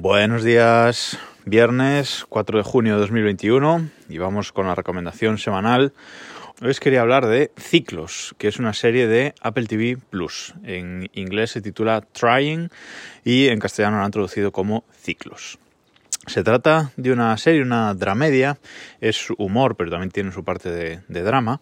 Buenos días, viernes 4 de junio de 2021 y vamos con la recomendación semanal. Hoy os quería hablar de Ciclos, que es una serie de Apple TV Plus. En inglés se titula Trying y en castellano la han traducido como Ciclos. Se trata de una serie, una dramedia, es humor pero también tiene su parte de drama,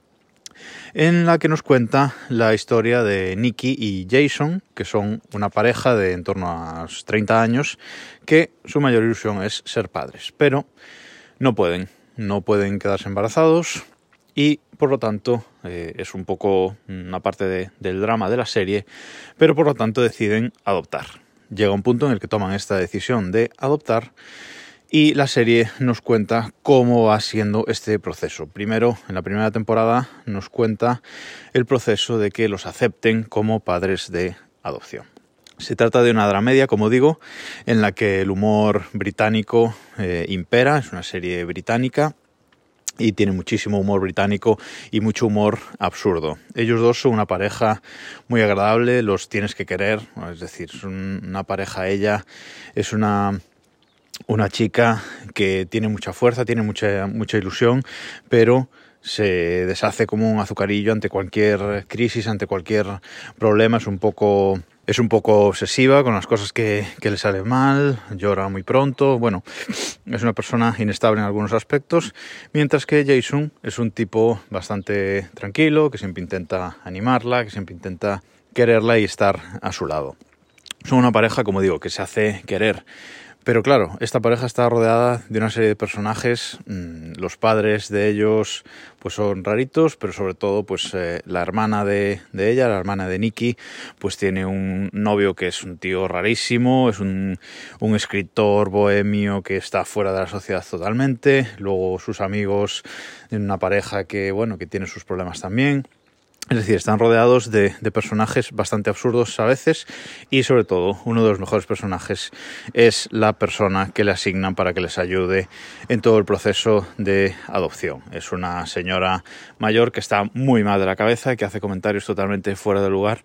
en la que nos cuenta la historia de Nikki y Jason, que son una pareja de en torno a los 30 años, que su mayor ilusión es ser padres, pero no pueden quedarse embarazados y por lo tanto es un poco una parte del drama de la serie, pero por lo tanto deciden adoptar. Llega un punto en el que toman esta decisión de adoptar y la serie nos cuenta cómo va siendo este proceso. Primero, en la primera temporada, nos cuenta el proceso de que los acepten como padres de adopción. Se trata de una dramedia, como digo, en la que el humor británico impera. Es una serie británica y tiene muchísimo humor británico y mucho humor absurdo. Ellos dos son una pareja muy agradable, los tienes que querer. Es decir, son una pareja, ella es una chica que tiene mucha fuerza, tiene mucha ilusión, pero se deshace como un azucarillo ante cualquier crisis, ante cualquier problema. Es un poco obsesiva con las cosas que le salen mal, llora muy pronto. Bueno, es una persona inestable en algunos aspectos, mientras que Jason es un tipo bastante tranquilo, que siempre intenta animarla, que siempre intenta quererla y estar a su lado. Son una pareja, como digo, que se hace querer. Pero claro, esta pareja está rodeada de una serie de personajes. Los padres de ellos pues son raritos, pero sobre todo pues la hermana de ella, la hermana de Nikki, pues tiene un novio que es un tío rarísimo, es un escritor bohemio que está fuera de la sociedad totalmente. Luego sus amigos, una pareja que tiene sus problemas también. Es decir, están rodeados de personajes bastante absurdos a veces y sobre todo uno de los mejores personajes es la persona que le asignan para que les ayude en todo el proceso de adopción. Es una señora mayor que está muy mal de la cabeza, que hace comentarios totalmente fuera de lugar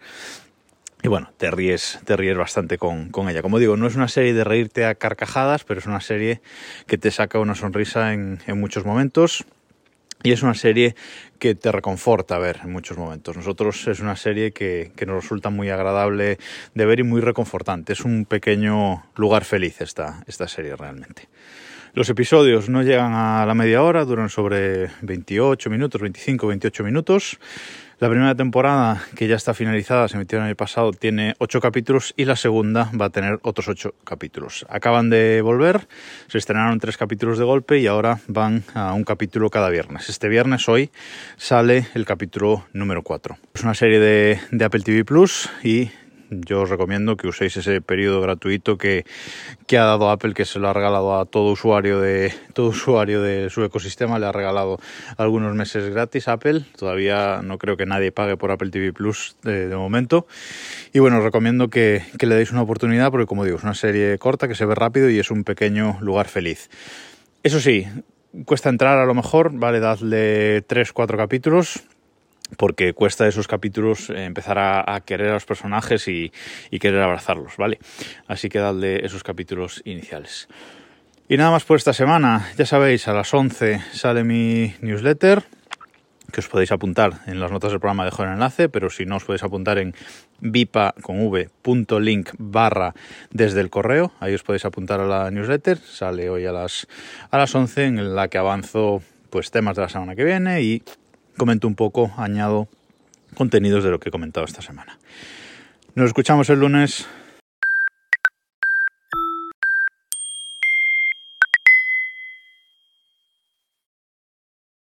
y te ríes bastante con ella. Como digo, no es una serie de reírte a carcajadas, pero es una serie que te saca una sonrisa en muchos momentos. Y es una serie que te reconforta ver en muchos momentos. Nosotros es una serie que nos resulta muy agradable de ver y muy reconfortante. Es un pequeño lugar feliz esta serie realmente. Los episodios no llegan a la media hora, duran sobre 28 minutos, 25, 28 minutos. La primera temporada, que ya está finalizada, se emitió el año pasado, tiene 8 capítulos y la segunda va a tener otros 8 capítulos. Acaban de volver, se estrenaron 3 capítulos de golpe y ahora van a un capítulo cada viernes. Este viernes, hoy, sale el capítulo número 4. Es una serie de Apple TV Plus y yo os recomiendo que uséis ese periodo gratuito que ha dado Apple, que se lo ha regalado a todo usuario de su ecosistema. Le ha regalado algunos meses gratis a Apple. Todavía no creo que nadie pague por Apple TV Plus de momento. Y os recomiendo que le deis una oportunidad porque, como digo, es una serie corta que se ve rápido y es un pequeño lugar feliz. Eso sí, cuesta entrar a lo mejor, vale, dadle 3-4 capítulos, porque cuesta esos capítulos empezar a querer a los personajes y querer abrazarlos, ¿vale? Así que dadle esos capítulos iniciales. Y nada más por esta semana. Ya sabéis, a las 11 sale mi newsletter, que os podéis apuntar en las notas del programa, dejo el enlace, pero si no os podéis apuntar en vipa.link/ desde el correo, ahí os podéis apuntar a la newsletter. Sale hoy a las 11, en la que avanzo pues temas de la semana que viene y comento un poco, añado contenidos de lo que he comentado esta semana. Nos escuchamos el lunes.